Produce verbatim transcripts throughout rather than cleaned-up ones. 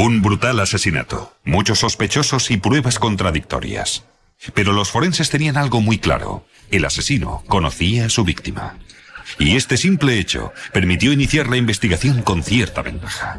Un brutal asesinato, muchos sospechosos y pruebas contradictorias. Pero los forenses tenían algo muy claro. El asesino conocía a su víctima. Y este simple hecho permitió iniciar la investigación con cierta ventaja.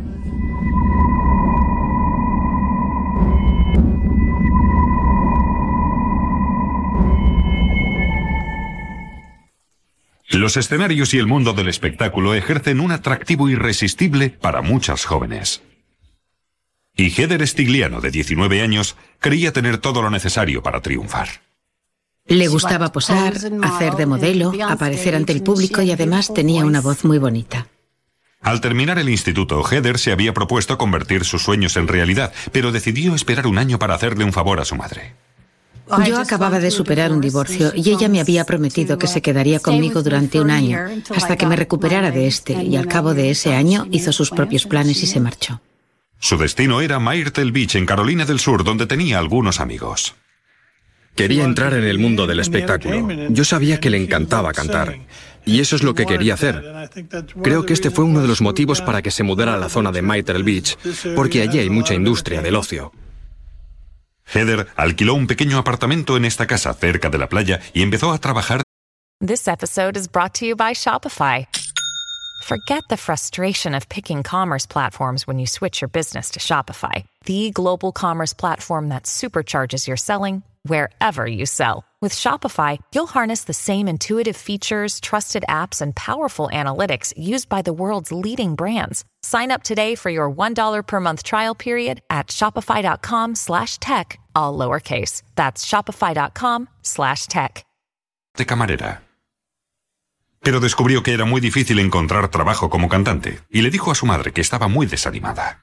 Los escenarios y el mundo del espectáculo ejercen un atractivo irresistible para muchas jóvenes. Y Heather Stigliano, de diecinueve años, creía tener todo lo necesario para triunfar. Le gustaba posar, hacer de modelo, aparecer ante el público y además tenía una voz muy bonita. Al terminar el instituto, Heather se había propuesto convertir sus sueños en realidad, pero decidió esperar un año para hacerle un favor a su madre. Yo acababa de superar un divorcio y ella me había prometido que se quedaría conmigo durante un año, hasta que me recuperara de este, y al cabo de ese año hizo sus propios planes y se marchó. Su destino era Myrtle Beach, en Carolina del Sur, donde tenía algunos amigos. Quería entrar en el mundo del espectáculo. Yo sabía que le encantaba cantar, y eso es lo que quería hacer. Creo que este fue uno de los motivos para que se mudara a la zona de Myrtle Beach, porque allí hay mucha industria del ocio. Heather alquiló un pequeño apartamento en esta casa cerca de la playa y empezó a trabajar. This episode is brought to you by Shopify. Forget the frustration of picking commerce platforms when you switch your business to Shopify, the global commerce platform that supercharges your selling wherever you sell. With Shopify, you'll harness the same intuitive features, trusted apps, and powerful analytics used by the world's leading brands. Sign up today for your one dollar per month trial period at shopify.com slash tech, all lowercase. That's shopify.com slash tech. De camarera. Pero descubrió que era muy difícil encontrar trabajo como cantante y le dijo a su madre que estaba muy desanimada.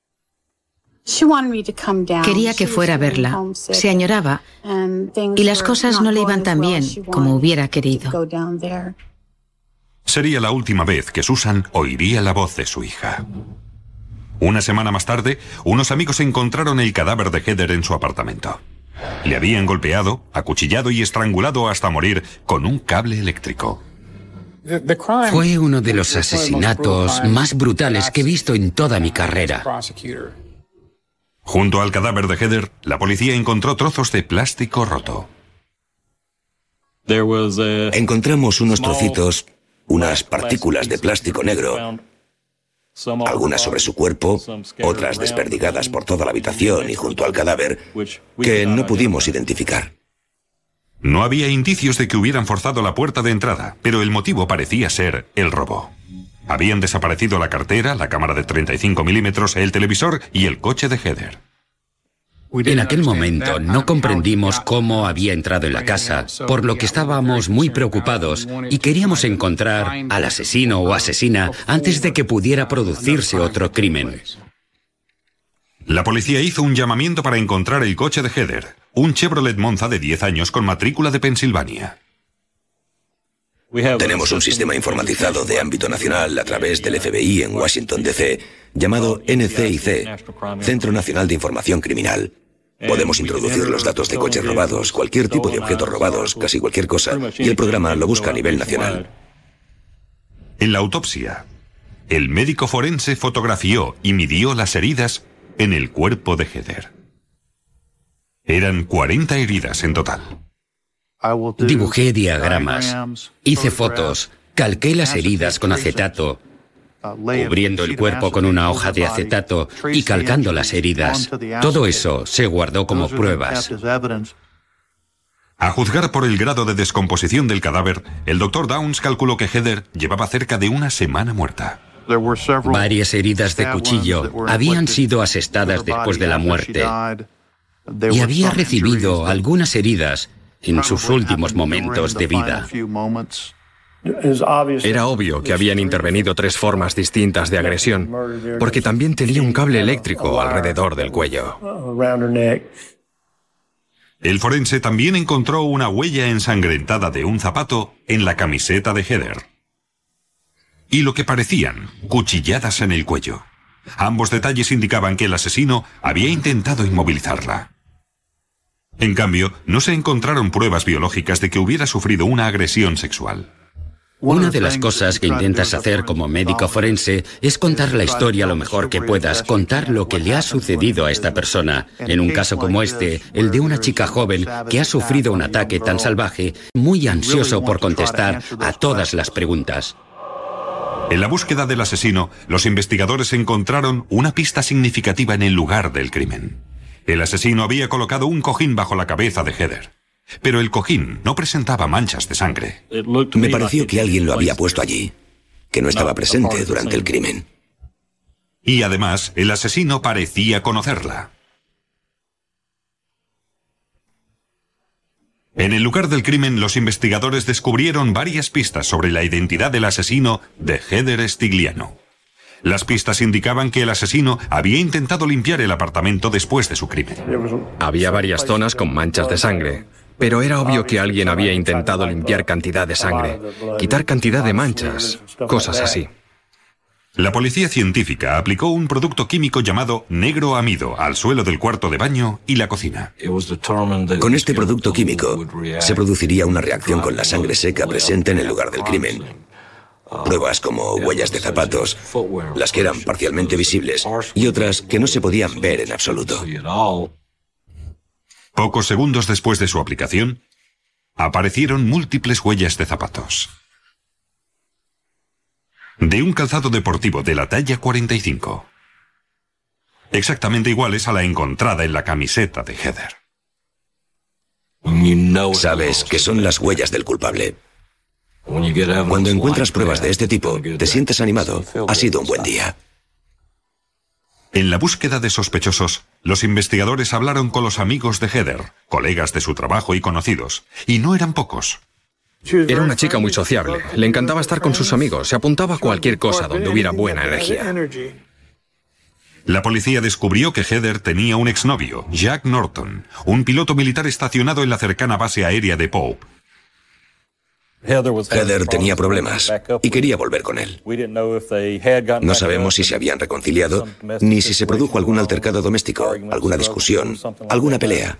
Quería que fuera a verla. Se añoraba y las cosas no le iban tan bien como hubiera querido. Sería la última vez que Susan oiría la voz de su hija. Una semana más tarde, unos amigos encontraron el cadáver de Heather en su apartamento. Le habían golpeado, acuchillado y estrangulado hasta morir con un cable eléctrico. Fue uno de los asesinatos más brutales que he visto en toda mi carrera. Junto al cadáver de Heather, la policía encontró trozos de plástico roto. Encontramos unos trocitos, unas partículas de plástico negro, algunas sobre su cuerpo, otras desperdigadas por toda la habitación y junto al cadáver, que no pudimos identificar. No había indicios de que hubieran forzado la puerta de entrada, pero el motivo parecía ser el robo. Habían desaparecido la cartera, la cámara de treinta y cinco milímetros, el televisor y el coche de Heather. En aquel momento no comprendimos cómo había entrado en la casa, por lo que estábamos muy preocupados y queríamos encontrar al asesino o asesina antes de que pudiera producirse otro crimen. La policía hizo un llamamiento para encontrar el coche de Heather, un Chevrolet Monza de diez años con matrícula de Pensilvania. Tenemos un sistema informatizado de ámbito nacional a través del F B I en Washington, D C, llamado N C I C, Centro Nacional de Información Criminal. Podemos introducir los datos de coches robados, cualquier tipo de objetos robados, casi cualquier cosa, y el programa lo busca a nivel nacional. En la autopsia, el médico forense fotografió y midió las heridas en el cuerpo de Heather. Eran cuarenta heridas en total. Dibujé diagramas, hice fotos, calqué las heridas con acetato, cubriendo el cuerpo con una hoja de acetato y calcando las heridas. Todo eso se guardó como pruebas. A juzgar por el grado de descomposición del cadáver, el doctor Downs calculó que Heather llevaba cerca de una semana muerta. Varias heridas de cuchillo habían sido asestadas después de la muerte y había recibido algunas heridas en sus últimos momentos de vida. Era obvio que habían intervenido tres formas distintas de agresión, porque también tenía un cable eléctrico alrededor del cuello. El forense también encontró una huella ensangrentada de un zapato en la camiseta de Heather. Y lo que parecían cuchilladas en el cuello. Ambos detalles indicaban que el asesino había intentado inmovilizarla. En cambio, no se encontraron pruebas biológicas de que hubiera sufrido una agresión sexual. Una de las cosas que intentas hacer como médico forense es contar la historia lo mejor que puedas, contar lo que le ha sucedido a esta persona. En un caso como este, el de una chica joven que ha sufrido un ataque tan salvaje, muy ansioso por contestar a todas las preguntas. En la búsqueda del asesino, los investigadores encontraron una pista significativa en el lugar del crimen. El asesino había colocado un cojín bajo la cabeza de Heather. Pero el cojín no presentaba manchas de sangre. Me pareció que alguien lo había puesto allí, que no estaba presente durante el crimen. Y además, el asesino parecía conocerla. En el lugar del crimen, los investigadores descubrieron varias pistas sobre la identidad del asesino de Heather Stigliano. Las pistas indicaban que el asesino había intentado limpiar el apartamento después de su crimen. Había varias zonas con manchas de sangre, pero era obvio que alguien había intentado limpiar cantidad de sangre, quitar cantidad de manchas, cosas así. La policía científica aplicó un producto químico llamado negro amido al suelo del cuarto de baño y la cocina. Con este producto químico se produciría una reacción con la sangre seca presente en el lugar del crimen. Pruebas como huellas de zapatos, las que eran parcialmente visibles y otras que no se podían ver en absoluto. Pocos segundos después de su aplicación, aparecieron múltiples huellas de zapatos. De un calzado deportivo de la talla cuarenta y cinco. Exactamente iguales a la encontrada en la camiseta de Heather. Sabes que son las huellas del culpable. Cuando encuentras pruebas de este tipo, te sientes animado. Ha sido un buen día. En la búsqueda de sospechosos, los investigadores hablaron con los amigos de Heather, colegas de su trabajo y conocidos, y no eran pocos. Era una chica muy sociable, le encantaba estar con sus amigos, se apuntaba a cualquier cosa donde hubiera buena energía. La policía descubrió que Heather tenía un exnovio, Jack Norton, un piloto militar estacionado en la cercana base aérea de Pope. Heather tenía problemas y quería volver con él. No sabemos si se habían reconciliado, ni si se produjo algún altercado doméstico, alguna discusión, alguna pelea.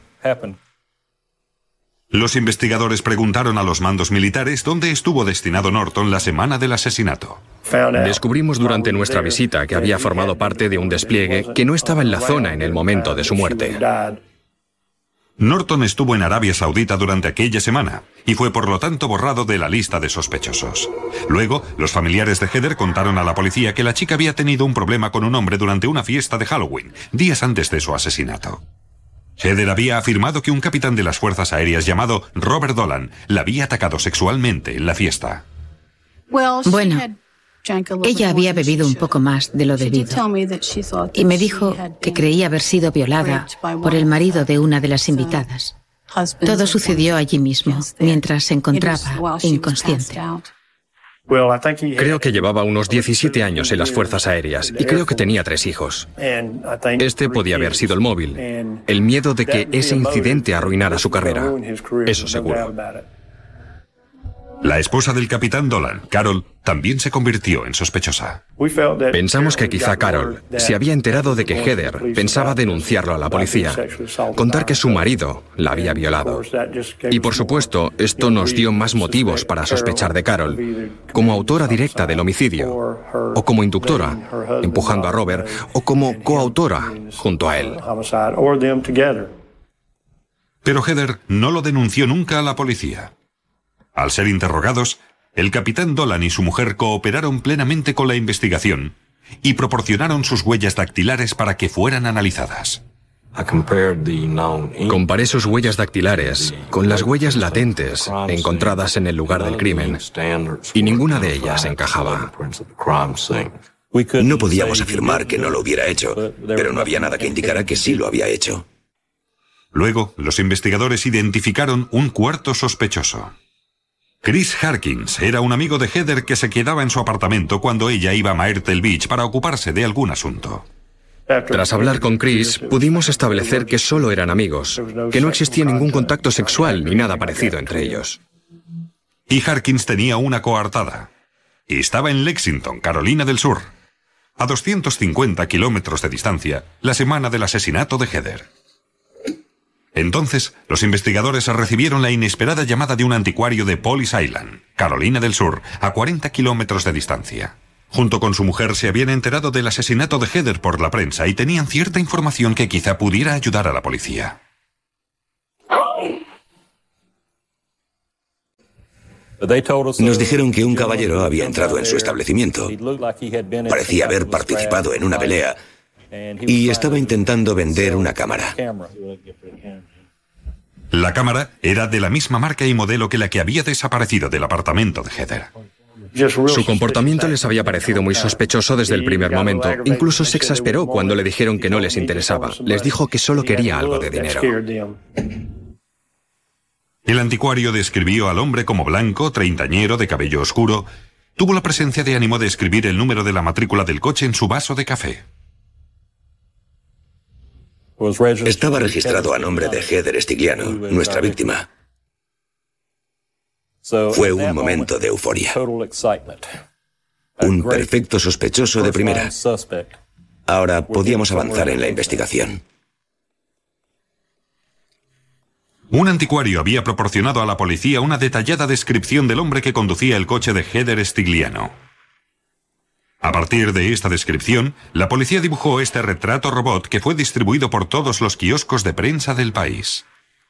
Los investigadores preguntaron a los mandos militares dónde estuvo destinado Norton la semana del asesinato. Descubrimos durante nuestra visita que había formado parte de un despliegue que no estaba en la zona en el momento de su muerte. Norton estuvo en Arabia Saudita durante aquella semana y fue por lo tanto borrado de la lista de sospechosos. Luego, los familiares de Heather contaron a la policía que la chica había tenido un problema con un hombre durante una fiesta de Halloween, días antes de su asesinato. Heather había afirmado que un capitán de las fuerzas aéreas llamado Robert Dolan la había atacado sexualmente en la fiesta. Bueno, ella había bebido un poco más de lo debido y me dijo que creía haber sido violada por el marido de una de las invitadas. Todo sucedió allí mismo, mientras se encontraba inconsciente. Creo que llevaba unos diecisiete años en las fuerzas aéreas y creo que tenía tres hijos. Este podía haber sido el móvil, el miedo de que ese incidente arruinara su carrera. Eso seguro. La esposa del capitán Dolan, Carol, también se convirtió en sospechosa. Pensamos que quizá Carol se había enterado de que Heather pensaba denunciarlo a la policía, contar que su marido la había violado. Y por supuesto, esto nos dio más motivos para sospechar de Carol, como autora directa del homicidio, o como inductora, empujando a Robert, o como coautora junto a él. Pero Heather no lo denunció nunca a la policía. Al ser interrogados, el capitán Dolan y su mujer cooperaron plenamente con la investigación y proporcionaron sus huellas dactilares para que fueran analizadas. Comparé sus huellas dactilares con las huellas latentes encontradas en el lugar del crimen, y ninguna de ellas encajaba. No podíamos afirmar que no lo hubiera hecho, pero no había nada que indicara que sí lo había hecho. Luego, los investigadores identificaron un cuarto sospechoso. Chris Harkins era un amigo de Heather que se quedaba en su apartamento cuando ella iba a Myrtle Beach para ocuparse de algún asunto. Tras hablar con Chris, pudimos establecer que solo eran amigos, que no existía ningún contacto sexual ni nada parecido entre ellos. Y Harkins tenía una coartada. Y estaba en Lexington, Carolina del Sur, a doscientos cincuenta kilómetros de distancia, la semana del asesinato de Heather. Entonces, los investigadores recibieron la inesperada llamada de un anticuario de Police Island, Carolina del Sur, a cuarenta kilómetros de distancia. Junto con su mujer se habían enterado del asesinato de Heather por la prensa y tenían cierta información que quizá pudiera ayudar a la policía. Nos dijeron que un caballero había entrado en su establecimiento. Parecía haber participado en una pelea y estaba intentando vender una cámara. La cámara era de la misma marca y modelo que la que había desaparecido del apartamento de Heather. Su comportamiento les había parecido muy sospechoso desde el primer momento. Incluso se exasperó cuando le dijeron que no les interesaba. Les dijo que solo quería algo de dinero. El anticuario describió al hombre como blanco, treintañero, de cabello oscuro. Tuvo la presencia de ánimo de escribir el número de la matrícula del coche en su vaso de café. Estaba registrado a nombre de Heather Stigliano, nuestra víctima. Fue un momento de euforia. Un perfecto sospechoso de primera. Ahora podíamos avanzar en la investigación. Un anticuario había proporcionado a la policía una detallada descripción del hombre que conducía el coche de Heather Stigliano. A partir de esta descripción, la policía dibujó este retrato robot que fue distribuido por todos los kioscos de prensa del país.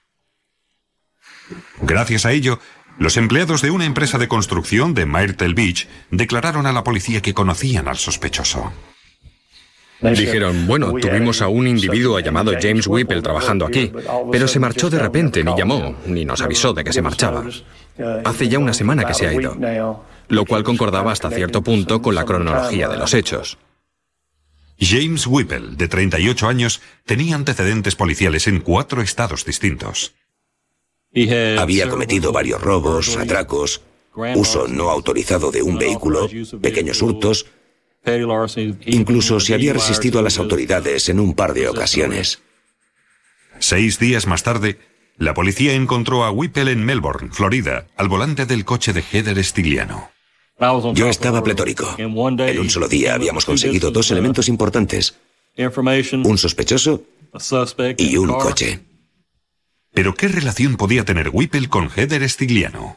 Gracias a ello, los empleados de una empresa de construcción de Myrtle Beach declararon a la policía que conocían al sospechoso. Dijeron, bueno, tuvimos a un individuo llamado James Whipple trabajando aquí, pero se marchó de repente, ni llamó, ni nos avisó de que se marchaba. Hace ya una semana que se ha ido, lo cual concordaba hasta cierto punto con la cronología de los hechos. James Whipple, de treinta y ocho años, tenía antecedentes policiales en cuatro estados distintos. Había cometido varios robos, atracos, uso no autorizado de un vehículo, pequeños hurtos. Incluso se había resistido a las autoridades en un par de ocasiones. Seis días más tarde, la policía encontró a Whipple en Melbourne, Florida, al volante del coche de Heather Stigliano. Yo estaba pletórico. En un solo día habíamos conseguido dos elementos importantes: un sospechoso y un coche. ¿Pero qué relación podía tener Whipple con Heather Stigliano?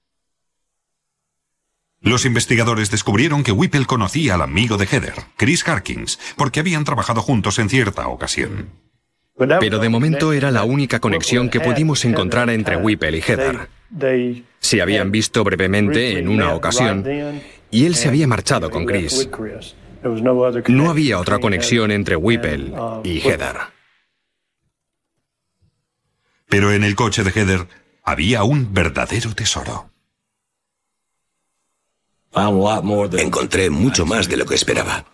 Los investigadores descubrieron que Whipple conocía al amigo de Heather, Chris Harkins, porque habían trabajado juntos en cierta ocasión. Pero de momento era la única conexión que pudimos encontrar entre Whipple y Heather. Se habían visto brevemente en una ocasión y él se había marchado con Chris. No había otra conexión entre Whipple y Heather. Pero en el coche de Heather había un verdadero tesoro. Encontré mucho más de lo que esperaba.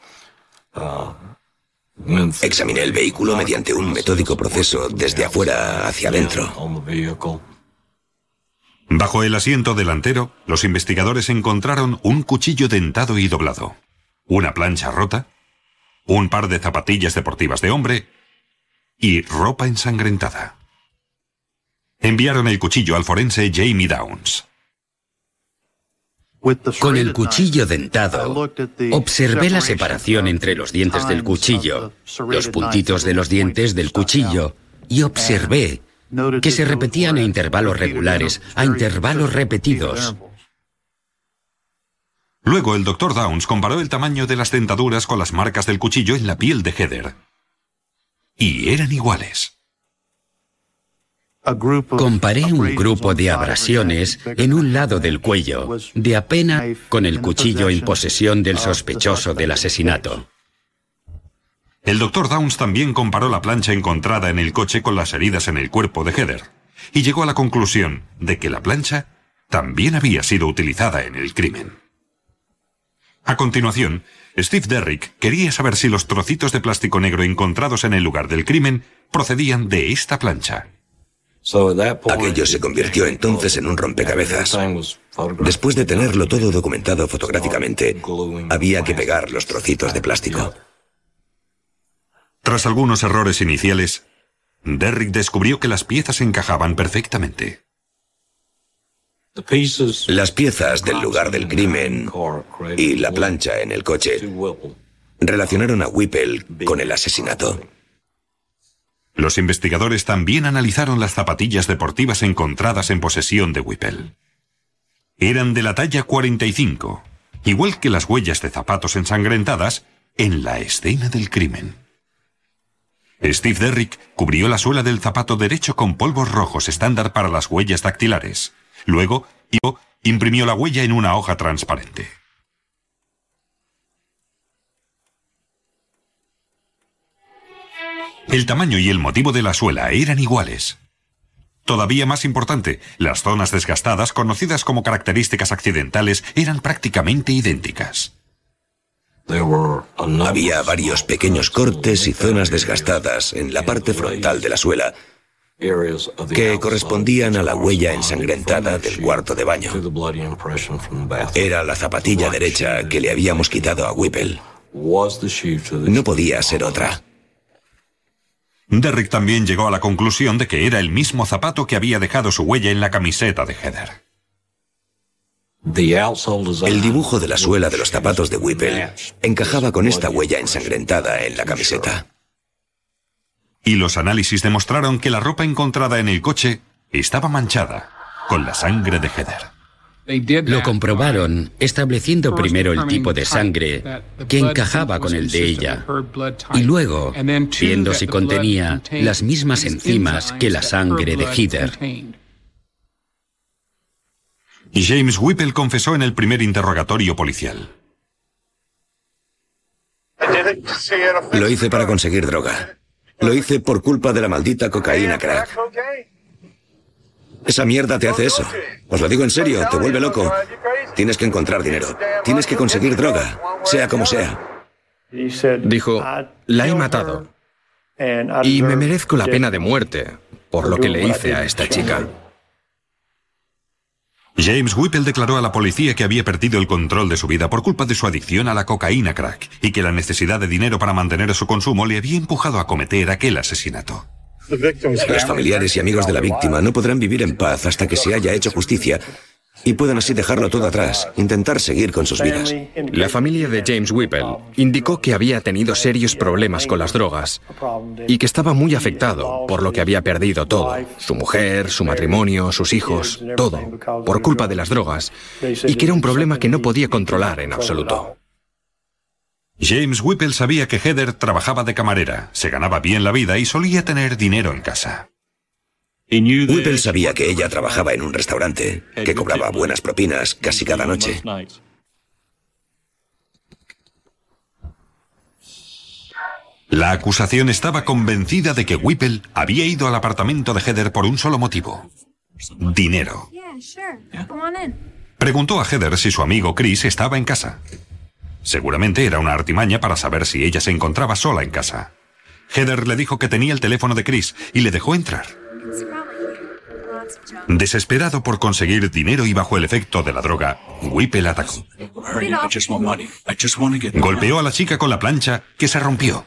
Examiné el vehículo mediante un metódico proceso desde afuera hacia adentro. Bajo el asiento delantero, los investigadores encontraron un cuchillo dentado y doblado, una plancha rota, un par de zapatillas deportivas de hombre y ropa ensangrentada. Enviaron el cuchillo al forense Jamie Downs. Con el cuchillo dentado, observé la separación entre los dientes del cuchillo, los puntitos de los dientes del cuchillo, y observé que se repetían a intervalos regulares, a intervalos repetidos. Luego el doctor Downs comparó el tamaño de las dentaduras con las marcas del cuchillo en la piel de Heather. Y eran iguales. Comparé un grupo de abrasiones en un lado del cuello de apena con el cuchillo en posesión del sospechoso del asesinato. El doctor Downs también comparó la plancha encontrada en el coche con las heridas en el cuerpo de Heather y llegó a la conclusión de que la plancha también había sido utilizada en el crimen. A continuación, Steve Derrick quería saber si los trocitos de plástico negro encontrados en el lugar del crimen procedían de esta plancha. Aquello se convirtió entonces en un rompecabezas. Después de tenerlo todo documentado fotográficamente, había que pegar los trocitos de plástico. Tras algunos errores iniciales, Derrick descubrió que las piezas encajaban perfectamente. Las piezas del lugar del crimen y la plancha en el coche relacionaron a Whipple con el asesinato. Los investigadores también analizaron las zapatillas deportivas encontradas en posesión de Whipple. Eran de la talla cuarenta y cinco, igual que las huellas de zapatos ensangrentadas en la escena del crimen. Steve Derrick cubrió la suela del zapato derecho con polvos rojos estándar para las huellas dactilares. Luego, imprimió la huella en una hoja transparente. El tamaño y el motivo de la suela eran iguales. Todavía más importante, las zonas desgastadas, conocidas como características accidentales, eran prácticamente idénticas. Había varios pequeños cortes y zonas desgastadas en la parte frontal de la suela que correspondían a la huella ensangrentada del cuarto de baño. Era la zapatilla derecha que le habíamos quitado a Whipple. No podía ser otra. Derrick también llegó a la conclusión de que era el mismo zapato que había dejado su huella en la camiseta de Heather. El dibujo de la suela de los zapatos de Whipple encajaba con esta huella ensangrentada en la camiseta. Y los análisis demostraron que la ropa encontrada en el coche estaba manchada con la sangre de Heather. Lo comprobaron estableciendo primero el tipo de sangre que encajaba con el de ella y luego viendo si contenía las mismas enzimas que la sangre de Heather. James Whipple confesó en el primer interrogatorio policial. Lo hice para conseguir droga. Lo hice por culpa de la maldita cocaína crack. Esa mierda te hace eso. Os lo digo en serio, te vuelve loco. Tienes que encontrar dinero. Tienes que conseguir droga, sea como sea. Dijo, la he matado. Y me merezco la pena de muerte por lo que le hice a esta chica. James Whipple declaró a la policía que había perdido el control de su vida por culpa de su adicción a la cocaína crack y que la necesidad de dinero para mantener su consumo le había empujado a cometer aquel asesinato. Los familiares y amigos de la víctima no podrán vivir en paz hasta que se haya hecho justicia y puedan así dejarlo todo atrás, intentar seguir con sus vidas. La familia de James Whipple indicó que había tenido serios problemas con las drogas y que estaba muy afectado por lo que había perdido todo, su mujer, su matrimonio, sus hijos, todo, por culpa de las drogas, y que era un problema que no podía controlar en absoluto. James Whipple sabía que Heather trabajaba de camarera, se ganaba bien la vida y solía tener dinero en casa. Whipple sabía que ella trabajaba en un restaurante, que cobraba buenas propinas casi cada noche. La acusación estaba convencida de que Whipple había ido al apartamento de Heather por un solo motivo: dinero. Preguntó a Heather si su amigo Chris estaba en casa. Seguramente era una artimaña para saber si ella se encontraba sola en casa. Heather le dijo que tenía el teléfono de Chris y le dejó entrar. Desesperado por conseguir dinero y bajo el efecto de la droga, Whipple atacó. Golpeó a la chica con la plancha, que se rompió.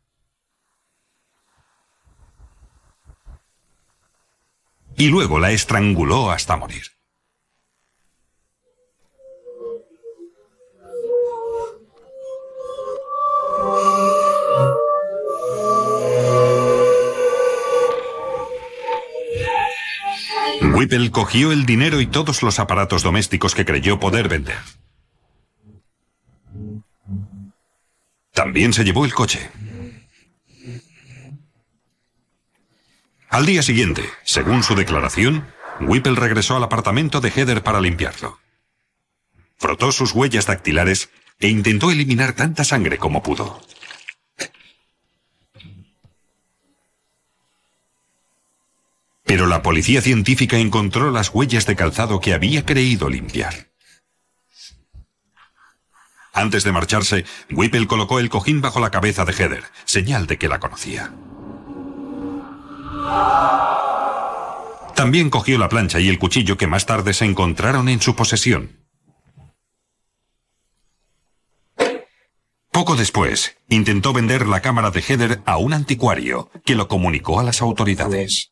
Y luego la estranguló hasta morir. Whipple cogió el dinero y todos los aparatos domésticos que creyó poder vender. También se llevó el coche. Al día siguiente, según su declaración, Whipple regresó al apartamento de Heather para limpiarlo. Frotó sus huellas dactilares e intentó eliminar tanta sangre como pudo. Pero la policía científica encontró las huellas de calzado que había creído limpiar. Antes de marcharse, Whipple colocó el cojín bajo la cabeza de Heather, señal de que la conocía. También cogió la plancha y el cuchillo que más tarde se encontraron en su posesión. Poco después, intentó vender la cámara de Heather a un anticuario, que lo comunicó a las autoridades.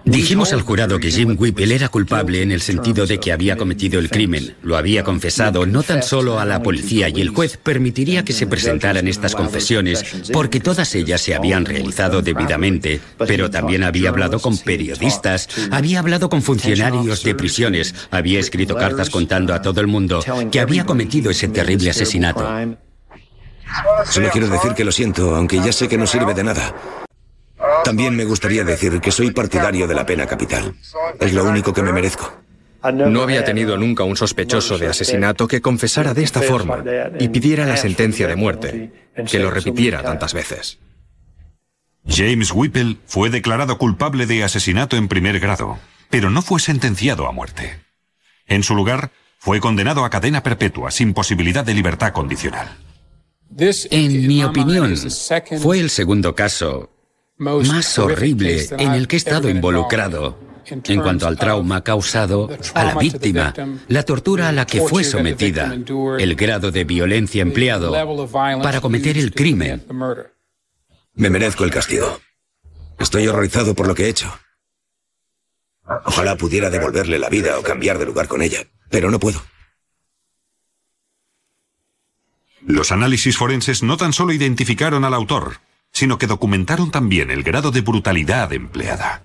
Dijimos al jurado que Jim Whipple era culpable en el sentido de que había cometido el crimen, lo había confesado no tan solo a la policía, y el juez permitiría que se presentaran estas confesiones porque todas ellas se habían realizado debidamente, pero también había hablado con periodistas, había hablado con funcionarios de prisiones, había escrito cartas contando a todo el mundo que había cometido ese terrible asesinato. Solo quiero decir que lo siento, aunque ya sé que no sirve de nada. También me gustaría decir que soy partidario de la pena capital. Es lo único que me merezco. No había tenido nunca un sospechoso de asesinato que confesara de esta forma y pidiera la sentencia de muerte, que lo repitiera tantas veces. James Whipple fue declarado culpable de asesinato en primer grado, pero no fue sentenciado a muerte. En su lugar, fue condenado a cadena perpetua sin posibilidad de libertad condicional. En mi opinión, fue el segundo caso más horrible en el que he estado involucrado en cuanto al trauma causado a la víctima, la tortura a la que fue sometida, el grado de violencia empleado para cometer el crimen. Me merezco el castigo. Estoy horrorizado por lo que he hecho. Ojalá pudiera devolverle la vida o cambiar de lugar con ella, pero no puedo. Los análisis forenses no tan solo identificaron al autor, sino que documentaron también el grado de brutalidad empleada.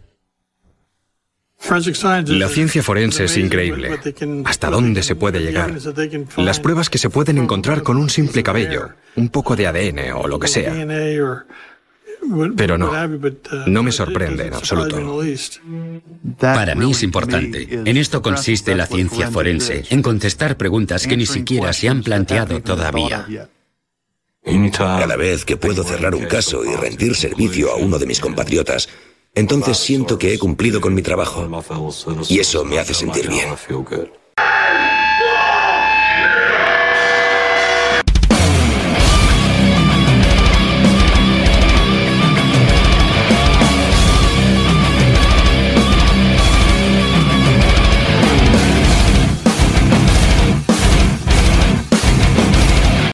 La ciencia forense es increíble. ¿Hasta dónde se puede llegar? Las pruebas que se pueden encontrar con un simple cabello, un poco de A D N o lo que sea. Pero no, no me sorprende en absoluto. Para mí es importante. En esto consiste la ciencia forense, en contestar preguntas que ni siquiera se han planteado todavía. Cada vez que puedo cerrar un caso y rendir servicio a uno de mis compatriotas, entonces siento que he cumplido con mi trabajo. Y eso me hace sentir bien.